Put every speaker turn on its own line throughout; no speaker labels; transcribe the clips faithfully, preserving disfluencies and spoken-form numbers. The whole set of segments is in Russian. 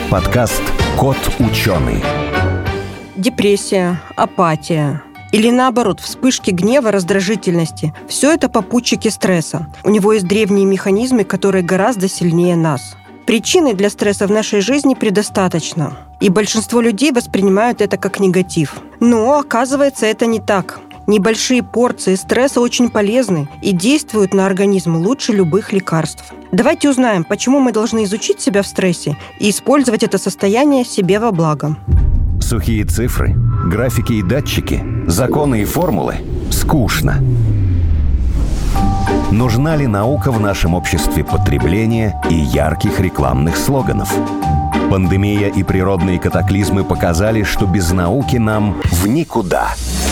Подкаст «Кот ученый».
Депрессия, апатия или наоборот, вспышки гнева, раздражительности – все это попутчики стресса. У него есть древние механизмы, которые гораздо сильнее нас. Причины для стресса в нашей жизни предостаточно, и большинство людей воспринимают это как негатив. Но, оказывается, это не так. Небольшие порции стресса очень полезны и действуют на организм лучше любых лекарств. Давайте узнаем, почему мы должны изучить себя в стрессе и использовать это состояние себе во благо.
Сухие цифры, графики и датчики, законы и формулы – скучно. Нужна ли наука в нашем обществе потребления и ярких рекламных слоганов? Пандемия и природные катаклизмы показали, что без науки нам в никуда.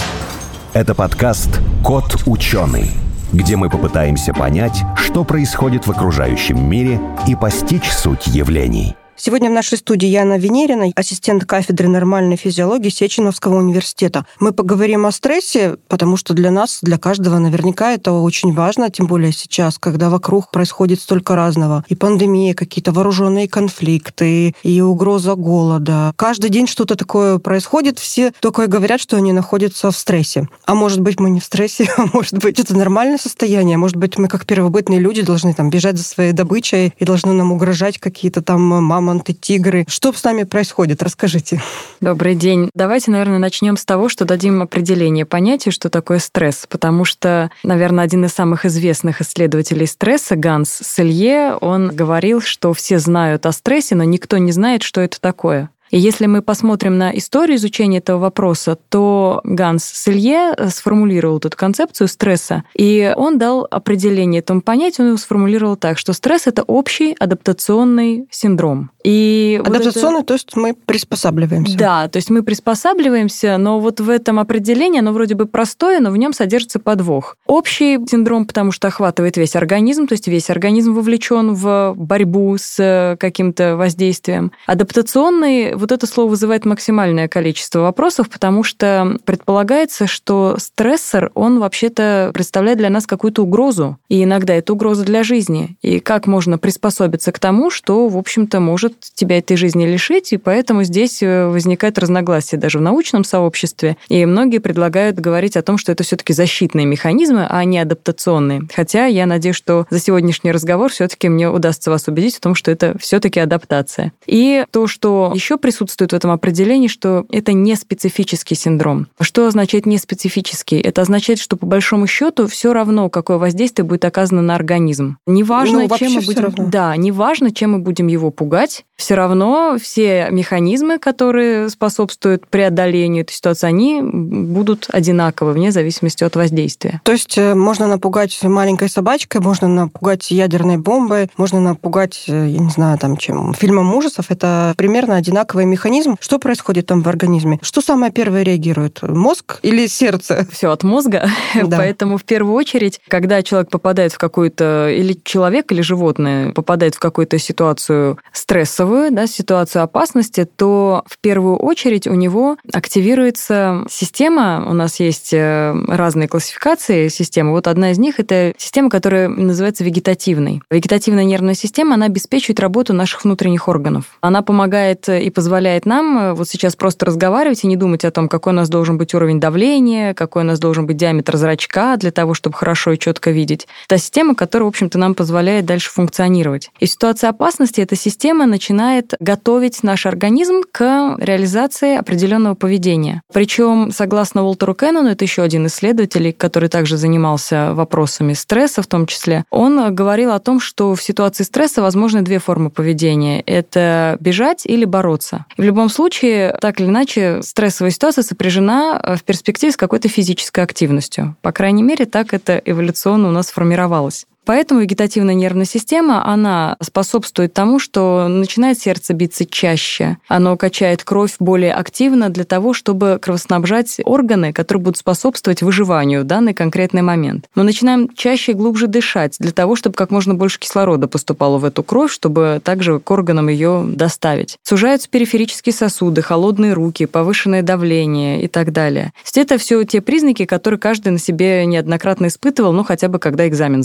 Это подкаст «Кот ученый», где мы попытаемся понять, что происходит в окружающем мире и постичь суть явлений.
Сегодня в нашей студии Яна Венерина, ассистент кафедры нормальной физиологии Сеченовского университета. Мы поговорим о стрессе, потому что для нас, для каждого наверняка это очень важно, тем более сейчас, когда вокруг происходит столько разного. И пандемия, какие-то вооруженные конфликты, и угроза голода. Каждый день что-то такое происходит, все только и говорят, что они находятся в стрессе. А может быть, мы не в стрессе, а может быть, это нормальное состояние, может быть, мы как первобытные люди должны там бежать за своей добычей и должны нам угрожать какие-то там мамы, тигры. Что с нами происходит? Расскажите.
Добрый день. Давайте, наверное, начнем с того, что дадим определение понятию, что такое стресс, потому что, наверное, один из самых известных исследователей стресса, Ганс Селье, он говорил, что все знают о стрессе, но никто не знает, что это такое. И если мы посмотрим на историю изучения этого вопроса, то Ганс Селье сформулировал эту концепцию стресса, и он дал определение этому понятию, он его сформулировал так, что стресс — это общий адаптационный синдром. И
адаптационный,
вот это...
то есть мы приспосабливаемся.
Да, то есть мы приспосабливаемся, но вот в этом определении, оно вроде бы простое, но в нем содержится подвох. Общий синдром, потому что охватывает весь организм, то есть весь организм вовлечен в борьбу с каким-то воздействием. Адаптационный, вот это слово вызывает максимальное количество вопросов, потому что предполагается, что стрессор, он вообще-то представляет для нас какую-то угрозу, и иногда это угроза для жизни. И как можно приспособиться к тому, что, в общем-то, может тебя этой жизни лишить, и поэтому здесь возникает разногласие даже в научном сообществе, и многие предлагают говорить о том, что это все-таки защитные механизмы, а не адаптационные. Хотя я надеюсь, что за сегодняшний разговор все-таки мне удастся вас убедить в том, что это все-таки адаптация. И то, что еще присутствует в этом определении, что это не специфический синдром. Что означает не специфический? Это означает, что по большому счету все равно, какое воздействие будет оказано на организм. Неважно,
ну,
чем мы будем, да, неважно, чем мы будем его пугать, все равно все механизмы, которые способствуют преодолению этой ситуации, они будут одинаковы вне зависимости от воздействия.
То есть можно напугать маленькой собачкой, можно напугать ядерной бомбой, можно напугать, я не знаю, там чем, фильмом ужасов. Это примерно одинаковый механизм. Что происходит там в организме? Что самое первое реагирует? Мозг или сердце?
Все от мозга. Да. Поэтому в первую очередь, когда человек попадает в какую-то, или человек, или животное попадает в какую-то ситуацию стрессовую, да, ситуацию опасности, то в первую очередь у него активируется система. У нас есть разные классификации системы. Вот одна из них — это система, которая называется вегетативной. Вегетативная нервная система, она обеспечивает работу наших внутренних органов. Она помогает и позволяет нам вот сейчас просто разговаривать и не думать о том, какой у нас должен быть уровень давления, какой у нас должен быть диаметр зрачка для того, чтобы хорошо и четко видеть. Та система, которая, в общем-то, нам позволяет дальше функционировать. И в ситуации опасности эта система начинает готовить наш организм к реализации определенного поведения. Причем, согласно Уолтеру Кеннону, это еще один исследователь, который также занимался вопросами стресса в том числе, он говорил о том, что в ситуации стресса возможны две формы поведения. Это бежать или бороться. И в любом случае, так или иначе, стрессовая ситуация сопряжена в перспективе с какой-то физической активностью. По крайней мере, так это эволюционно у нас сформировалось. Поэтому вегетативная нервная система, она способствует тому, что начинает сердце биться чаще, оно качает кровь более активно для того, чтобы кровоснабжать органы, которые будут способствовать выживанию в данный конкретный момент. Мы начинаем чаще и глубже дышать для того, чтобы как можно больше кислорода поступало в эту кровь, чтобы также к органам ее доставить. Сужаются периферические сосуды, холодные руки, повышенное давление и так далее. То есть это все те признаки, которые каждый на себе неоднократно испытывал, ну хотя бы когда экзамен сдавал.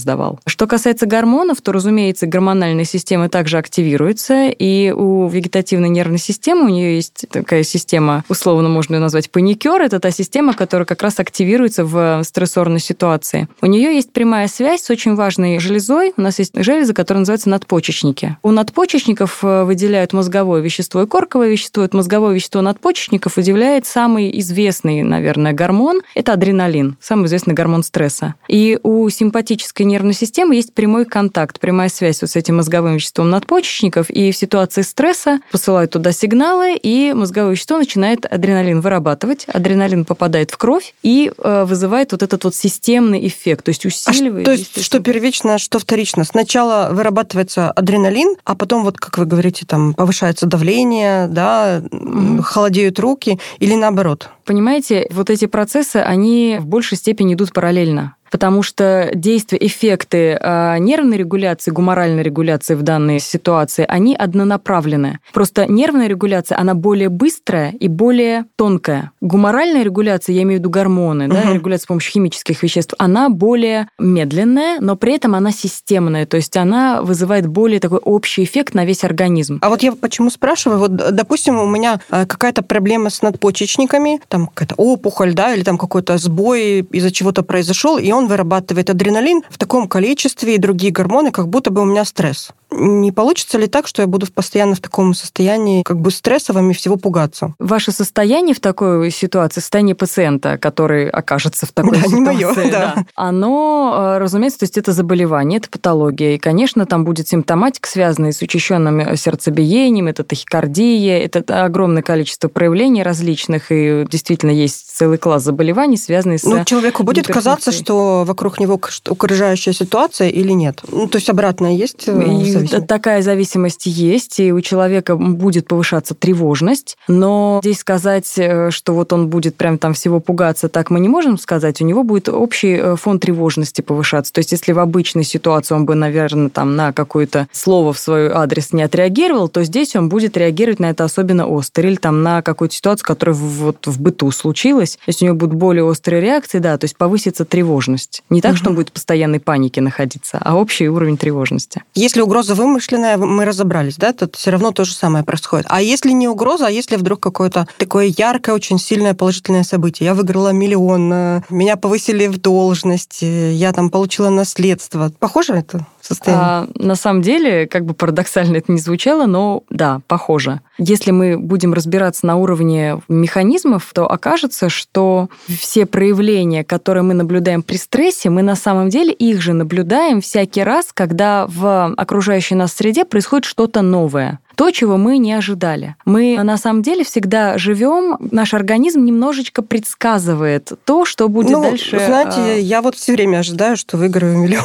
Что касается гормонов, то, разумеется, гормональная система также активируется, и у вегетативной нервной системы, у нее есть такая система, условно можно ее назвать паникер, это та система, которая как раз активируется в стрессорной ситуации. У нее есть прямая связь с очень важной железой. У нас есть железа, которая называется надпочечники. У надпочечников выделяют мозговое вещество и корковое вещество. Это мозговое вещество надпочечников выделяет самый известный, наверное, гормон. Это адреналин, самый известный гормон стресса. И у симпатической нервной системы есть прямой контакт, прямая связь вот с этим мозговым веществом надпочечников, и в ситуации стресса посылают туда сигналы, и мозговое вещество начинает адреналин вырабатывать. Адреналин попадает в кровь и вызывает вот этот вот системный эффект, то есть усиливает.
А, то есть что первично, что вторично? Сначала вырабатывается адреналин, а потом, вот как вы говорите, там повышается давление, да, mm-hmm. холодеют руки, или наоборот?
Понимаете, вот эти процессы, они в большей степени идут параллельно. Потому что действия, эффекты нервной регуляции, гуморальной регуляции в данной ситуации, они однонаправлены. Просто нервная регуляция, она более быстрая и более тонкая. Гуморальная регуляция, я имею в виду гормоны, uh-huh. да, регуляция с помощью химических веществ, она более медленная, но при этом она системная, то есть она вызывает более такой общий эффект на весь организм.
А вот я почему спрашиваю, вот, допустим, у меня какая-то проблема с надпочечниками, там какая-то опухоль, да, или там какой-то сбой из-за чего-то произошел, и он вырабатывает адреналин в таком количестве и другие гормоны, как будто бы у меня стресс. Не получится ли так, что я буду постоянно в таком состоянии как бы стрессовом и всего пугаться?
Ваше состояние в такой ситуации, состояние пациента, который окажется в такой
да,
ситуации,
не моё, да.
Да, оно, разумеется, то есть это заболевание, это патология. И, конечно, там будет симптоматика, связанная с учащенным сердцебиением, это тахикардия, это огромное количество проявлений различных, и действительно есть целый класс заболеваний, связанных с...
Ну, человеку будет казаться, что вокруг него окружающая ситуация или нет? Ну, то есть обратная есть?
И такая зависимость есть, и у человека будет повышаться тревожность, но здесь сказать, что вот он будет прям там всего пугаться, так мы не можем сказать. У него будет общий фон тревожности повышаться. То есть если в обычной ситуации он бы, наверное, там на какое-то слово в свой адрес не отреагировал, то здесь он будет реагировать на это особенно остро. Или там на какую-то ситуацию, которая вот в быту случилась. То есть у него будут более острые реакции, да, то есть повысится тревожность. Не так, угу. что он будет в постоянной панике находиться, а общий уровень тревожности.
Если угроза вымышленная, мы разобрались, да, тут все равно то же самое происходит. А если не угроза, а если вдруг какое-то такое яркое, очень сильное положительное событие? Я выиграла миллион, меня повысили в должность, я там получила наследство. Похоже это состояние?
А, на самом деле, как бы парадоксально это ни звучало, но да, похоже. Если мы будем разбираться на уровне механизмов, то окажется, что все проявления, которые мы наблюдаем при стрессе, мы на самом деле их же наблюдаем всякий раз, когда в окружающей нас среде происходит что-то новое. То, чего мы не ожидали. Мы на самом деле всегда живем, наш организм немножечко предсказывает то, что будет
ну,
дальше.
Знаете, я вот все время ожидаю, что выиграю миллион.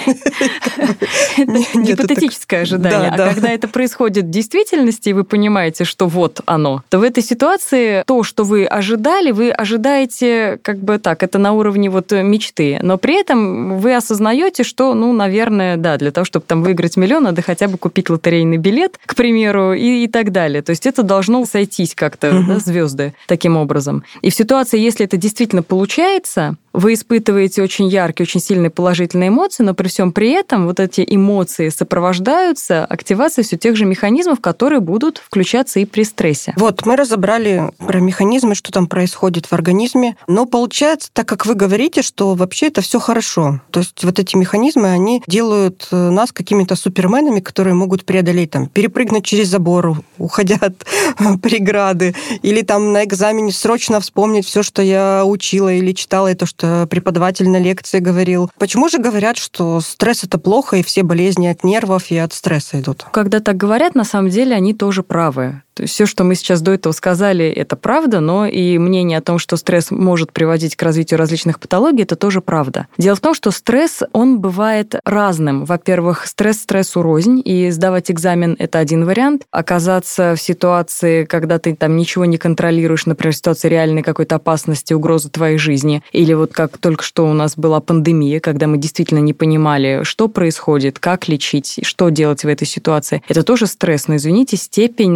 Это гипотетическое ожидание. А когда это происходит в действительности, и вы понимаете, что вот оно, то в этой ситуации то, что вы ожидали, вы ожидаете как бы так, это на уровне вот мечты. Но при этом вы осознаете, что, ну, наверное, да, для того, чтобы там выиграть миллион, надо хотя бы купить лотерейный билет, к примеру, И, и так далее. То есть это должно сойтись как-то, uh-huh. да, звезды таким образом. И в ситуации, если это действительно получается, вы испытываете очень яркие, очень сильные положительные эмоции, но при всем при этом вот эти эмоции сопровождаются активацией все тех же механизмов, которые будут включаться и при стрессе.
Вот, мы разобрали про механизмы, что там происходит в организме, но получается, так как вы говорите, что вообще это все хорошо. То есть вот эти механизмы, они делают нас какими-то суперменами, которые могут преодолеть, там, перепрыгнуть через забор, уходя от преграды, или там на экзамене срочно вспомнить все, что я учила или читала, и то, что преподаватель на лекции говорил. Почему же говорят, что стресс – это плохо, и все болезни от нервов и от стресса идут?
Когда так говорят, на самом деле они тоже правы. То есть все, что мы сейчас до этого сказали, это правда, но и мнение о том, что стресс может приводить к развитию различных патологий, это тоже правда. Дело в том, что стресс, он бывает разным. Во-первых, стресс стрессу рознь, и сдавать экзамен – это один вариант. Оказаться в ситуации, когда ты там ничего не контролируешь, например, в ситуации реальной какой-то опасности, угрозы твоей жизни, или вот как только что у нас была пандемия, когда мы действительно не понимали, что происходит, как лечить, что делать в этой ситуации. Это тоже стресс, но, извините, степень напряжения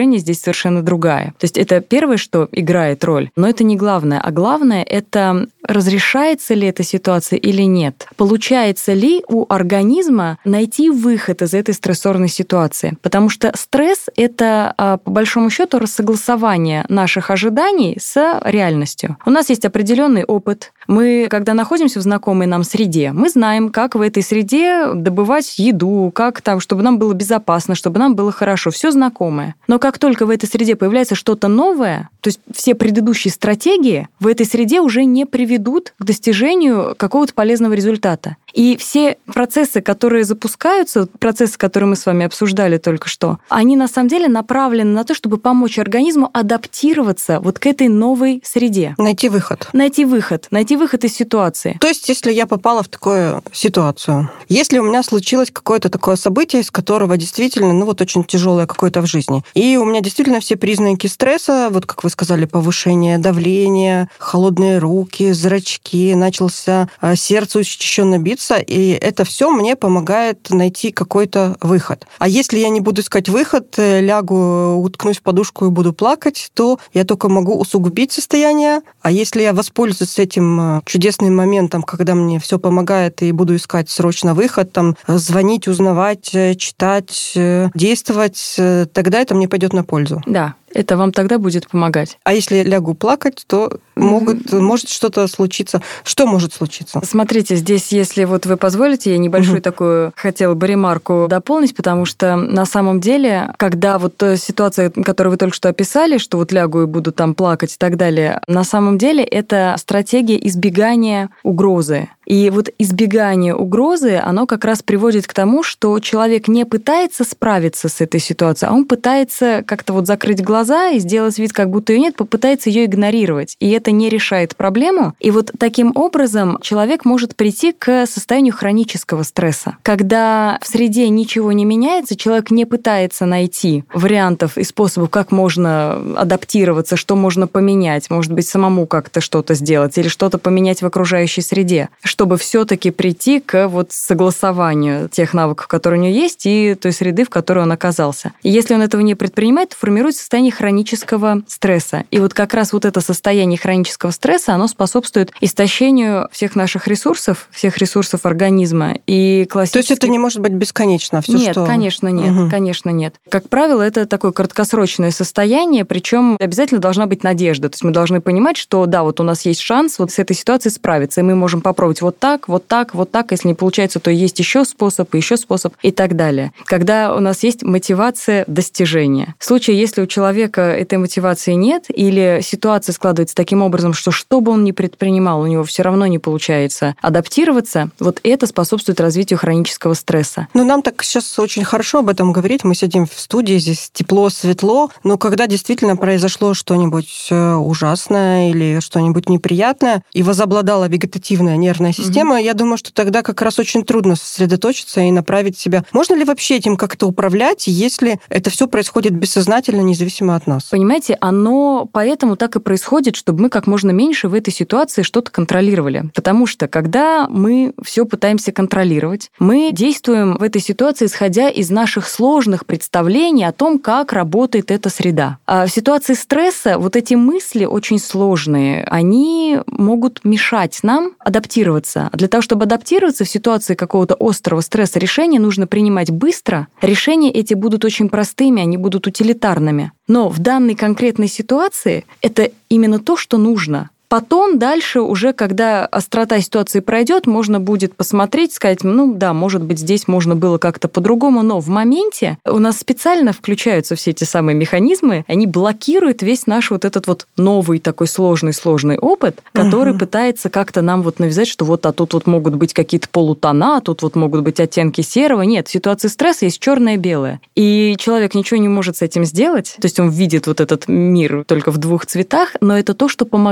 достижения здесь совершенно другая. То есть это первое, что играет роль, но это не главное. А главное — это разрешается ли эта ситуация или нет. Получается ли у организма найти выход из этой стрессорной ситуации. Потому что стресс — это, по большому счету, рассогласование наших ожиданий с реальностью. У нас есть определенный опыт. Мы, когда находимся в знакомой нам среде, мы знаем, как в этой среде добывать еду, как там, чтобы нам было безопасно, чтобы нам было хорошо. Все знакомое. Но как только в этой среде появляется что-то новое, то есть все предыдущие стратегии в этой среде уже не приведут к достижению какого-то полезного результата. И все процессы, которые запускаются, процессы, которые мы с вами обсуждали только что, они на самом деле направлены на то, чтобы помочь организму адаптироваться вот к этой новой среде.
Найти выход.
Найти выход. Найти выход из ситуации.
То есть, если я попала в такую ситуацию, если у меня случилось какое-то такое событие, из которого действительно, ну вот очень тяжелое какое-то в жизни, и у меня действительно все признаки стресса, вот как вы сказали, повышение давления, холодные руки, зрачки, начался сердце учащенно биться, и это все мне помогает найти какой-то выход. А если я не буду искать выход, лягу, уткнусь в подушку и буду плакать, то я только могу усугубить состояние. А если я воспользуюсь этим чудесным моментом, когда мне все помогает, и буду искать срочно выход, там, звонить, узнавать, читать, действовать, тогда это мне пойдет на пользу.
Да. Это вам тогда будет помогать.
А если я лягу плакать, то могут, mm-hmm. может что-то случиться. Что может случиться?
Смотрите, здесь, если вот вы позволите, я небольшую mm-hmm. такую хотела бы ремарку дополнить, потому что на самом деле, когда вот та ситуация, которую вы только что описали, что вот лягу и буду там плакать и так далее, на самом деле это стратегия избегания угрозы. И вот избегание угрозы, оно как раз приводит к тому, что человек не пытается справиться с этой ситуацией, а он пытается как-то вот закрыть глаза и сделать вид, как будто ее нет, попытается ее игнорировать. И это не решает проблему. И вот таким образом человек может прийти к состоянию хронического стресса. Когда в среде ничего не меняется, человек не пытается найти вариантов и способов, как можно адаптироваться, что можно поменять, может быть, самому как-то что-то сделать или что-то поменять в окружающей среде, чтобы все-таки прийти к вот согласованию тех навыков, которые у него есть, и той среды, в которой он оказался. И если он этого не предпринимает, то формируется состояние хронического стресса. И вот как раз вот это состояние хронического стресса, оно способствует истощению всех наших ресурсов, всех ресурсов организма. И классически...
То есть это не может быть бесконечно? Все,
нет,
что...
конечно, нет. Угу. Конечно, нет. Как правило, это такое краткосрочное состояние, причем обязательно должна быть надежда. То есть мы должны понимать, что да, вот у нас есть шанс вот с этой ситуацией справиться, и мы можем попробовать вот так, вот так, вот так. Если не получается, то есть еще способ, еще способ и так далее. Когда у нас есть мотивация достижения. В случае, если у человека этой мотивации нет, или ситуация складывается таким образом, что что бы он ни предпринимал, у него все равно не получается адаптироваться, вот это способствует развитию хронического стресса.
Ну, нам так сейчас очень хорошо об этом говорить. Мы сидим в студии, здесь тепло, светло, но когда действительно произошло что-нибудь ужасное или что-нибудь неприятное, и возобладала вегетативная нервная система, угу. я думаю, что тогда как раз очень трудно сосредоточиться и направить себя. Можно ли вообще этим как-то управлять, если это все происходит бессознательно, независимо от нас?
Понимаете, оно поэтому так и происходит, чтобы мы как можно меньше в этой ситуации что-то контролировали. Потому что когда мы все пытаемся контролировать, мы действуем в этой ситуации, исходя из наших сложных представлений о том, как работает эта среда. А в ситуации стресса вот эти мысли очень сложные, они могут мешать нам адаптироваться. А для того, чтобы адаптироваться в ситуации какого-то острого стресса, решения нужно принимать быстро. Решения эти будут очень простыми, они будут утилитарными. Но в данной конкретной ситуации это именно то, что нужно. Потом дальше уже, когда острота ситуации пройдет, можно будет посмотреть, сказать, ну да, может быть, здесь можно было как-то по-другому, но в моменте у нас специально включаются все эти самые механизмы, они блокируют весь наш вот этот вот новый такой сложный-сложный опыт, который uh-huh. пытается как-то нам вот навязать, что вот, а тут вот могут быть какие-то полутона, а тут вот могут быть оттенки серого. Нет, в ситуации стресса есть черное-белое. И человек ничего не может с этим сделать, то есть он видит вот этот мир только в двух цветах, но это то, что помогает ему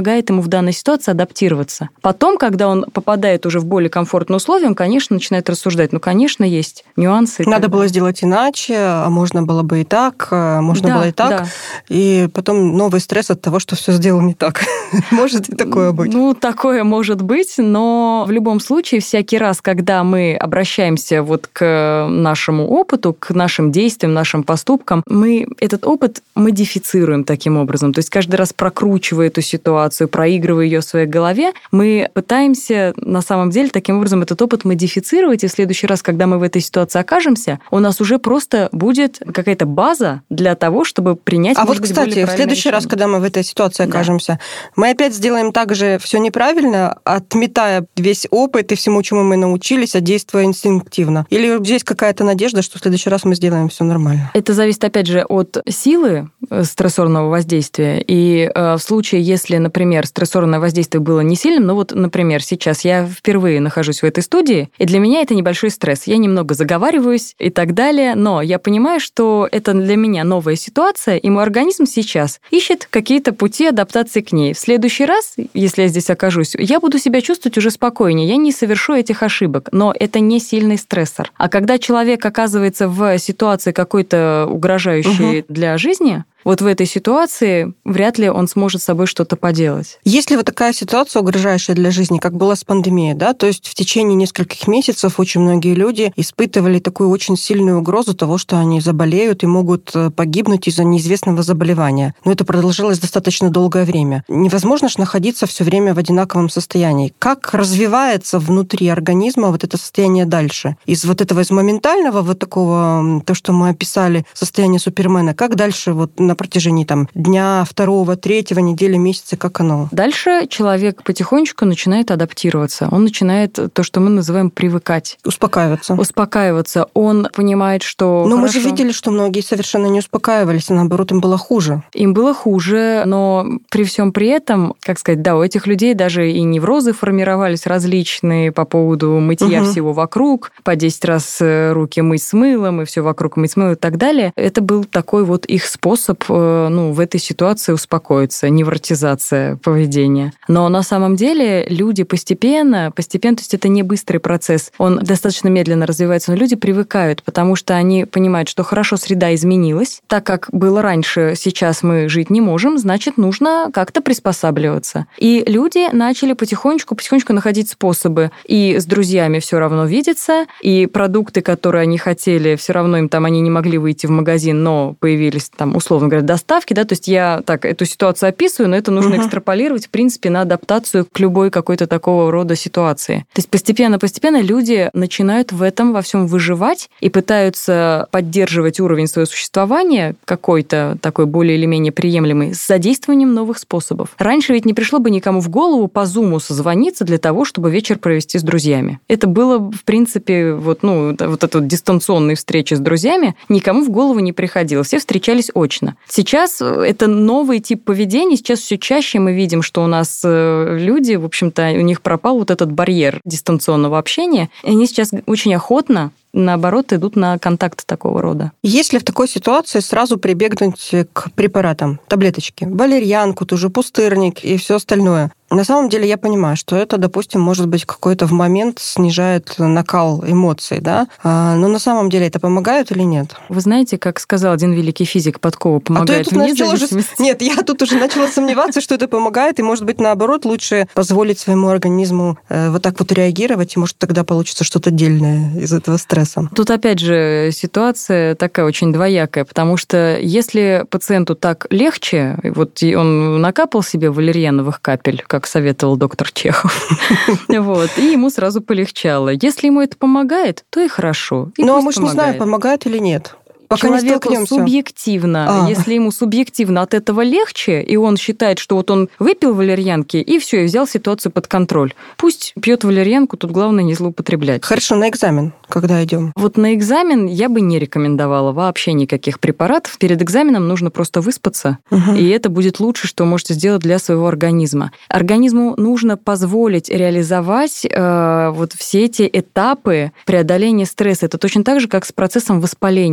в данной ситуации адаптироваться. Потом, когда он попадает уже в более комфортные условия, он, конечно, начинает рассуждать. Ну, конечно, есть нюансы.
Надо было сделать иначе, а можно было бы и так, можно
да,
было и так.
Да.
И потом новый стресс от того, что все сделал не так. Может и такое быть.
Ну, такое может быть, но в любом случае, всякий раз, когда мы обращаемся вот к нашему опыту, к нашим действиям, нашим поступкам, мы этот опыт модифицируем таким образом. То есть каждый раз прокручивая эту ситуацию, проигрывая ее в своей голове, мы пытаемся на самом деле таким образом этот опыт модифицировать, и в следующий раз, когда мы в этой ситуации окажемся, у нас уже просто будет какая-то база для того, чтобы принять,
а
может
вот,
быть,
кстати,
более
в следующий
решение.
раз, когда мы в этой ситуации
Да.
окажемся, мы опять сделаем так же все неправильно, отметая весь опыт и всему, чему мы научились, а действуя инстинктивно. Или здесь какая-то надежда, что в следующий раз мы сделаем все нормально?
Это зависит, опять же, от силы стрессорного воздействия. И в случае, если, например, стрессорное воздействие было не сильным, ну вот, например, сейчас я впервые нахожусь в этой студии, и для меня это небольшой стресс. Я немного заговариваюсь и так далее, но я понимаю, что это для меня новая ситуация, и мой организм сейчас ищет какие-то пути адаптации к ней. В следующий раз, если я здесь окажусь, я буду себя чувствовать уже спокойнее, я не совершу этих ошибок, но это не сильный стрессор. А когда человек оказывается в ситуации какой-то угрожающей угу. для жизни, вот в этой ситуации вряд ли он сможет с собой что-то поделать.
Если вот такая ситуация, угрожающая для жизни, как была с пандемией, да, то есть в течение нескольких месяцев очень многие люди испытывали такую очень сильную угрозу того, что они заболеют и могут погибнуть из-за неизвестного заболевания. Но это продолжилось достаточно долгое время. Невозможно же находиться все время в одинаковом состоянии. Как развивается внутри организма вот это состояние дальше? Из вот этого, из моментального вот такого, то, что мы описали, состояния Супермена, как дальше вот на протяжении там дня, второго, третьего, недели, месяца, как оно?
Дальше человек потихонечку начинает адаптироваться. Он начинает то, что мы называем привыкать.
Успокаиваться.
Успокаиваться. Он понимает, что
Но
хорошо.
Мы же видели, что многие совершенно не успокаивались, а наоборот, им было хуже.
Им было хуже, но при всем при этом, как сказать, да, у этих людей даже и неврозы формировались различные по поводу мытья угу. всего вокруг, по десять раз руки мыть с мылом, и все вокруг мыть с мылом и так далее. Это был такой вот их способ ну, в этой ситуации успокоиться, невротизация поведения. Но на самом деле люди постепенно, постепенно, то есть это не быстрый процесс, он достаточно медленно развивается, но люди привыкают, потому что они понимают, что хорошо, среда изменилась, так как было раньше, сейчас мы жить не можем, значит, нужно как-то приспосабливаться. И люди начали потихонечку, потихонечку находить способы и с друзьями все равно видеться, и продукты, которые они хотели, все равно им там они не могли выйти в магазин, но появились там, условно говоря, доставки, да, то есть я так эту ситуацию описываю, но это нужно uh-huh. экстраполировать, в принципе, на адаптацию к любой какой-то такого рода ситуации. То есть постепенно-постепенно люди начинают в этом во всем выживать и пытаются поддерживать уровень своего существования какой-то такой более или менее приемлемый с задействованием новых способов. Раньше ведь не пришло бы никому в голову по Зуму созвониться для того, чтобы вечер провести с друзьями. Это было, в принципе, вот, ну, вот эта вот дистанционная встреча с друзьями никому в голову не приходило. Все встречались очно. Сейчас это новый тип поведения. Сейчас все чаще мы видим, что у нас люди, в общем-то, у них пропал вот этот барьер дистанционного общения. И они сейчас очень охотно, наоборот, идут на контакты такого рода.
Если в такой ситуации сразу прибегнуть к препаратам, таблеточки, валерьянку, ту же пустырник и все остальное, на самом деле я понимаю, что это, допустим, может быть какой-то в момент снижает накал эмоций, да? Но на самом деле это помогает или нет?
Вы знаете, как сказал один великий физик Подкова, помогает
а
вне
зависимости. Уже... Нет, я тут уже начала сомневаться, что это помогает, и, может быть, наоборот, лучше позволить своему организму вот так вот реагировать, и, может, тогда получится что-то дельное из этого стресса.
Тут, опять же, ситуация такая очень двоякая, потому что если пациенту так легче, вот он накапал себе валерьяновых капель, как советовал доктор Чехов. Вот, и ему сразу полегчало. Если ему это помогает, то и хорошо. И
ну, а мы же не знаем, помогает или нет. Пока
человеку субъективно, а. если ему субъективно от этого легче, и он считает, что вот он выпил валерьянки, и все, и взял ситуацию под контроль. Пусть пьет валерьянку, тут главное не злоупотреблять.
Хорошо, на экзамен, когда идем?
Вот на экзамен я бы не рекомендовала вообще никаких препаратов. Перед экзаменом нужно просто выспаться, угу. и это будет лучше, что вы можете сделать для своего организма. Организму нужно позволить реализовать э, вот все эти этапы преодоления стресса. Это точно так же, как с процессом воспаления.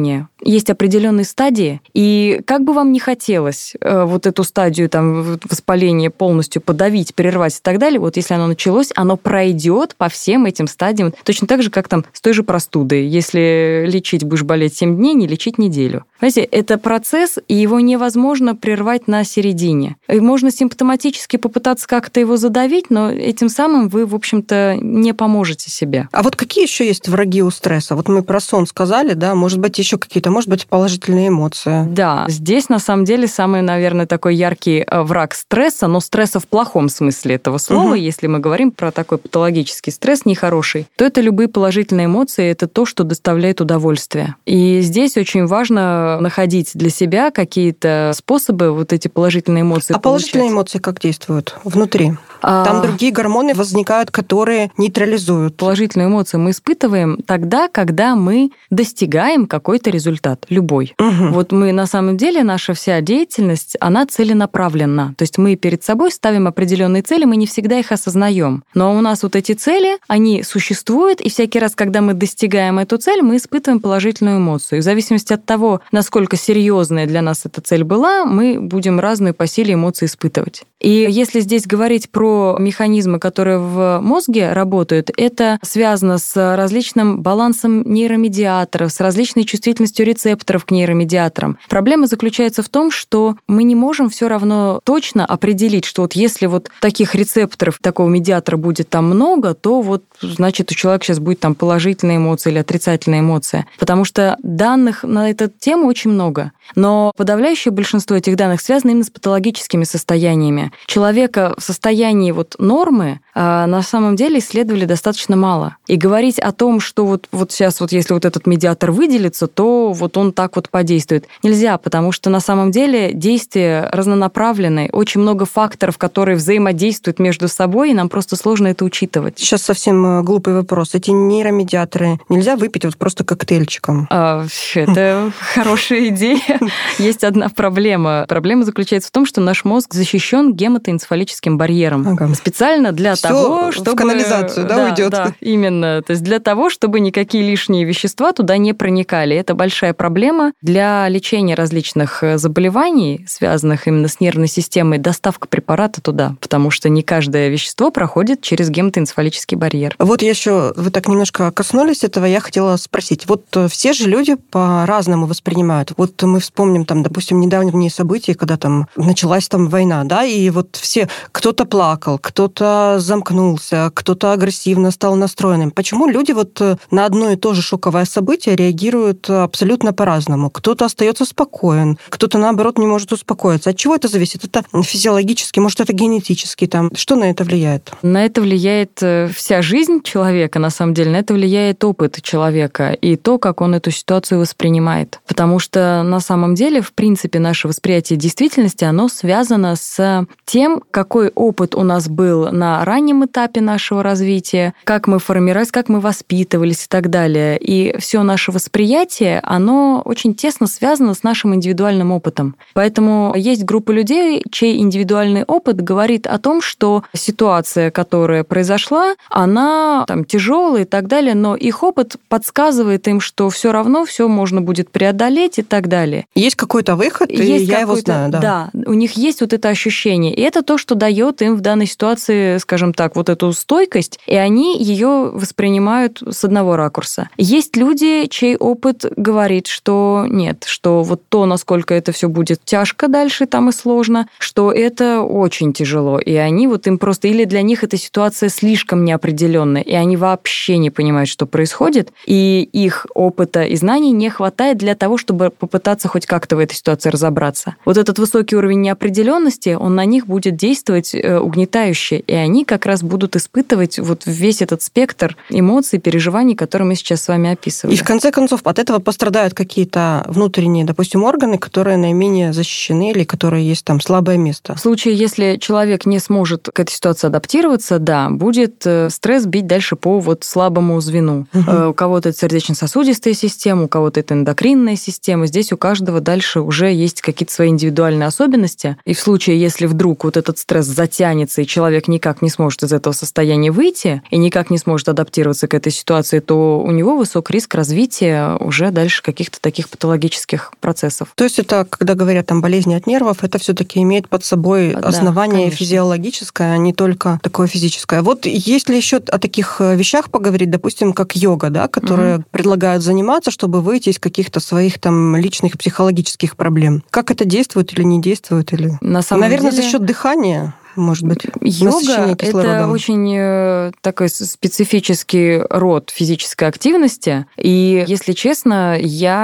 есть определенные стадии, и как бы вам ни хотелось э, вот эту стадию там, воспаления полностью подавить, прервать и так далее, вот если оно началось, оно пройдет по всем этим стадиям, точно так же, как там с той же простудой. Если лечить будешь болеть семь дней, не лечить неделю. Понимаете, это процесс, и его невозможно прервать на середине. И можно симптоматически попытаться как-то его задавить, но этим самым вы, в общем-то, не поможете себе.
А вот какие еще есть враги у стресса? Вот мы про сон сказали, да, может быть, еще какие-то, может быть, положительные эмоции.
Да, здесь, на самом деле, самый, наверное, такой яркий враг стресса, но стресса в плохом смысле этого слова, угу. Если мы говорим про такой патологический стресс, нехороший, то это любые положительные эмоции, это то, что доставляет удовольствие. И здесь очень важно находить для себя какие-то способы вот эти положительные эмоции
А получать. Положительные эмоции как действуют внутри? А... Там другие гормоны возникают, которые нейтрализуют.
Положительные эмоции мы испытываем тогда, когда мы достигаем какой-то результат, любой. Угу. Вот мы, на самом деле, наша вся деятельность, она целенаправленна. То есть мы перед собой ставим определенные цели, мы не всегда их осознаем. Но у нас вот эти цели, они существуют, и всякий раз, когда мы достигаем эту цель, мы испытываем положительную эмоцию. И в зависимости от того, насколько серьезная для нас эта цель была, мы будем разные по силе эмоции испытывать. И если здесь говорить про механизмы, которые в мозге работают, это связано с различным балансом нейромедиаторов, с различной чувствительностью рецепторов к нейромедиаторам. Проблема заключается в том, что мы не можем все равно точно определить, что вот если вот таких рецепторов, такого медиатора будет там много, то вот, значит, у человека сейчас будет там положительная эмоция или отрицательная эмоция. Потому что данных на эту тему очень много. Но подавляющее большинство этих данных связано именно с патологическими состояниями. Человека в состоянии вот нормы а, на самом деле исследовали достаточно мало. И говорить о том, что вот, вот сейчас вот если вот этот медиатор выделится, то вот он так вот подействует. Нельзя, потому что на самом деле действия разнонаправленные, очень много факторов, которые взаимодействуют между собой, и нам просто сложно это учитывать.
Сейчас совсем глупый вопрос. Эти нейромедиаторы нельзя выпить вот просто коктейльчиком?
А, это хорошая идея. Есть одна проблема. Проблема заключается в том, что наш мозг защищен гематоэнцефалическим барьером. Ага. Специально для
Всё
того, чтобы...
в канализацию, да,
да,
уйдет?
Да, именно. То есть для того, чтобы никакие лишние вещества туда не проникали. Это большая проблема для лечения различных заболеваний, связанных именно с нервной системой, доставка препарата туда, потому что не каждое вещество проходит через гематоэнцефалический барьер.
Вот я еще, вы так немножко коснулись этого, я хотела спросить. Вот все же люди по-разному воспринимают. Вот мы вспомним там, допустим, недавние события, когда там началась там война, да, и вот все, кто-то плакал, кто-то замкнулся, кто-то агрессивно стал настроенным. Почему люди вот на одно и то же шоковое событие реагируют абсолютно по-разному? Кто-то остается спокоен, кто-то, наоборот, не может успокоиться. От чего это зависит? Это физиологически, может, это генетически? Там. Что на это влияет?
На это влияет вся жизнь человека, на самом деле. На это влияет опыт человека и то, как он эту ситуацию воспринимает. Потому что на самом деле, в принципе, наше восприятие действительности, оно связано с тем, какой опыт у нас был на раннем этапе нашего развития, как мы формировались, как мы воспитывались и так далее. И все наше восприятие, оно очень тесно связано с нашим индивидуальным опытом. Поэтому есть группа людей, чей индивидуальный опыт говорит о том, что ситуация, которая произошла, она там тяжелая и так далее, но их опыт подсказывает им, что все равно все можно будет преодолеть и так далее.
Есть какой-то выход, и
есть
я его знаю, да.
Да, у них есть вот это ощущение. И это то, что дает им в данной ситуации, скажем так, вот эту стойкость, и они ее воспринимают с одного ракурса. Есть люди, чей опыт говорит, что нет, что вот то, насколько это все будет тяжко дальше там и сложно, что это очень тяжело. И они вот им просто... Или для них эта ситуация слишком неопределенная, и они вообще не понимают, что происходит, и их опыта и знаний не хватает для того, чтобы попытаться хоть как-то в этой ситуации разобраться. Вот этот высокий уровень неопределенности, он на них будет действовать угнетающе, и они как раз будут испытывать вот весь этот спектр эмоций, переживаний, которые мы сейчас с вами описывали.
И в конце концов от этого пострадают какие-то внутренние, допустим, органы, которые наименее защищены или которые есть там слабое место.
В случае, если человек не сможет к этой ситуации адаптироваться, да, будет стресс бить дальше по вот слабому звену. Угу. У кого-то это сердечно-сосудистая система, у кого-то это эндокринная система. Здесь у каждого дальше уже есть какие-то свои индивидуальные особенности. И в случае, если вдруг вот этот стресс затянется меняется, и человек никак не сможет из этого состояния выйти и никак не сможет адаптироваться к этой ситуации, то у него высок риск развития уже дальше каких-то таких патологических процессов.
То есть это, когда говорят там болезни от нервов, это все-таки имеет под собой основание да, физиологическое, а не только такое физическое. Вот если еще о таких вещах поговорить, допустим, как йога, да, которые угу. предлагают заниматься, чтобы выйти из каких-то своих там личных психологических проблем. Как это действует или не действует? Или...
На самом
Наверное,
деле...
за счет дыхания. Может быть,
йога – это очень такой специфический род физической активности, и, если честно,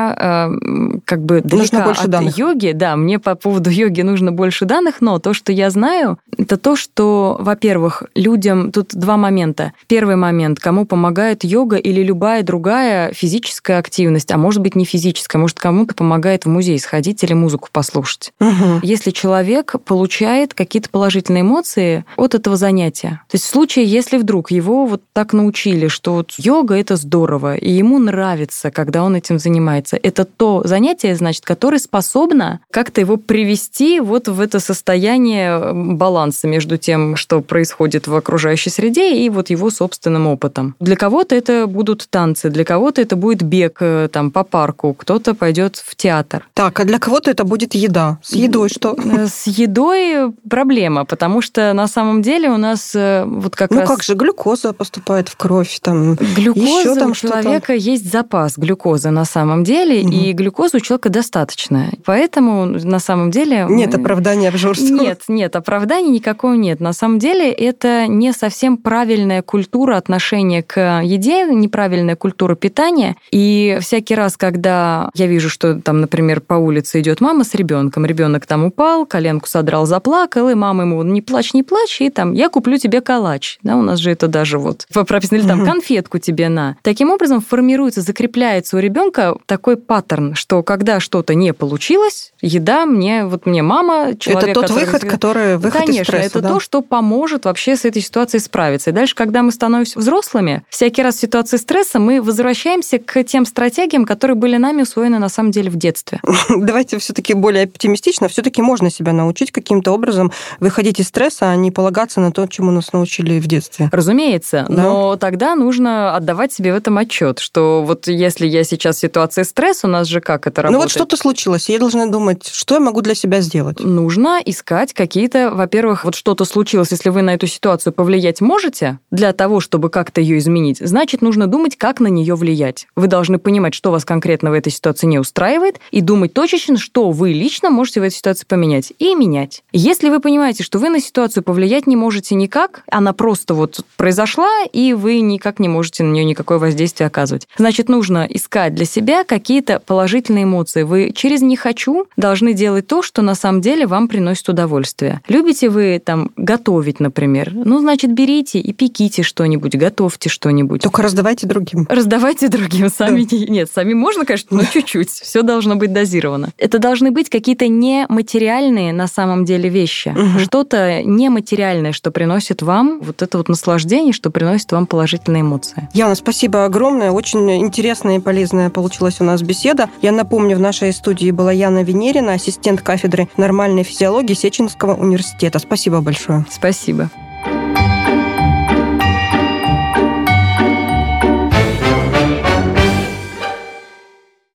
я как бы
нужно больше
от
данных.
йоги, да, мне по поводу йоги нужно больше данных, но то, что я знаю, это то, что, во-первых, людям, тут два момента. Первый момент, кому помогает йога или любая другая физическая активность, а может быть, не физическая, может, кому-то помогает в музей сходить или музыку послушать.
Угу.
Если человек получает какие-то положительные эмоции от этого занятия. То есть в случае, если вдруг его вот так научили, что вот йога – это здорово, и ему нравится, когда он этим занимается, это то занятие, значит, которое способно как-то его привести вот в это состояние баланса между тем, что происходит в окружающей среде, и вот его собственным опытом. Для кого-то это будут танцы, для кого-то это будет бег там, по парку, кто-то пойдет в театр.
Так, а для кого-то это будет еда. С едой что?
С едой проблема, потому Потому что на самом деле у нас вот как
ну,
раз...
Ну как же, глюкоза поступает в кровь. Там,
глюкоза
там
у человека есть запас глюкозы на самом деле, угу. и глюкозы у человека достаточно. Поэтому на самом деле...
Нет
мы...
оправдания обжорству.
Нет, нет, оправдания никакого нет. На самом деле это не совсем правильная культура отношения к еде, неправильная культура питания. И всякий раз, когда я вижу, что там, например, по улице идет мама с ребенком, ребенок там упал, коленку содрал, заплакал, и мама ему не плачь, не плачь, и там, я куплю тебе калач. Да, у нас же это даже вот прописано, или там конфетку тебе на. Таким образом формируется, закрепляется у ребенка такой паттерн, что когда что-то не получилось, еда мне, вот мне мама, человек,
это тот
который...
выход, который выход
Конечно,
из стресса,
это
да?
то, что поможет вообще с этой ситуацией справиться. И дальше, когда мы становимся взрослыми, всякий раз в ситуации стресса мы возвращаемся к тем стратегиям, которые были нами усвоены на самом деле в детстве.
Давайте все-таки более оптимистично. Все-таки можно себя научить каким-то образом выходить из стресса, а не полагаться на то, чему нас научили в детстве.
Разумеется,
да?
Но тогда нужно отдавать себе в этом отчет, что вот если я сейчас в ситуации стресса, у нас же как это работает?
Ну вот что-то случилось, и я должна думать, что я могу для себя сделать?
Нужно искать какие-то, во-первых, вот что-то случилось, если вы на эту ситуацию повлиять можете, для того, чтобы как-то ее изменить, значит, нужно думать, как на нее влиять. Вы должны понимать, что вас конкретно в этой ситуации не устраивает, и думать точечно, что вы лично можете в этой ситуации поменять, и менять. Если вы понимаете, что вы на ситуацию повлиять не можете никак, она просто вот произошла, и вы никак не можете на нее никакое воздействие оказывать. Значит, нужно искать для себя какие-то положительные эмоции. Вы через «не хочу» должны делать то, что на самом деле вам приносит удовольствие. Любите вы там готовить, например? Ну, значит, берите и пеките что-нибудь, готовьте что-нибудь.
Только раздавайте другим.
Раздавайте другим. Сами да. Нет, сами можно, конечно, но чуть-чуть. Все должно быть дозировано. Это должны быть какие-то нематериальные на самом деле вещи. Угу. Что-то нематериальное, что приносит вам вот это вот наслаждение, что приносит вам положительные эмоции.
Яна, спасибо огромное. Очень интересная и полезная получилась у нас беседа. Я напомню, в нашей студии была Яна Венерина, ассистент кафедры нормальной физиологии Сеченского университета. Спасибо большое.
Спасибо.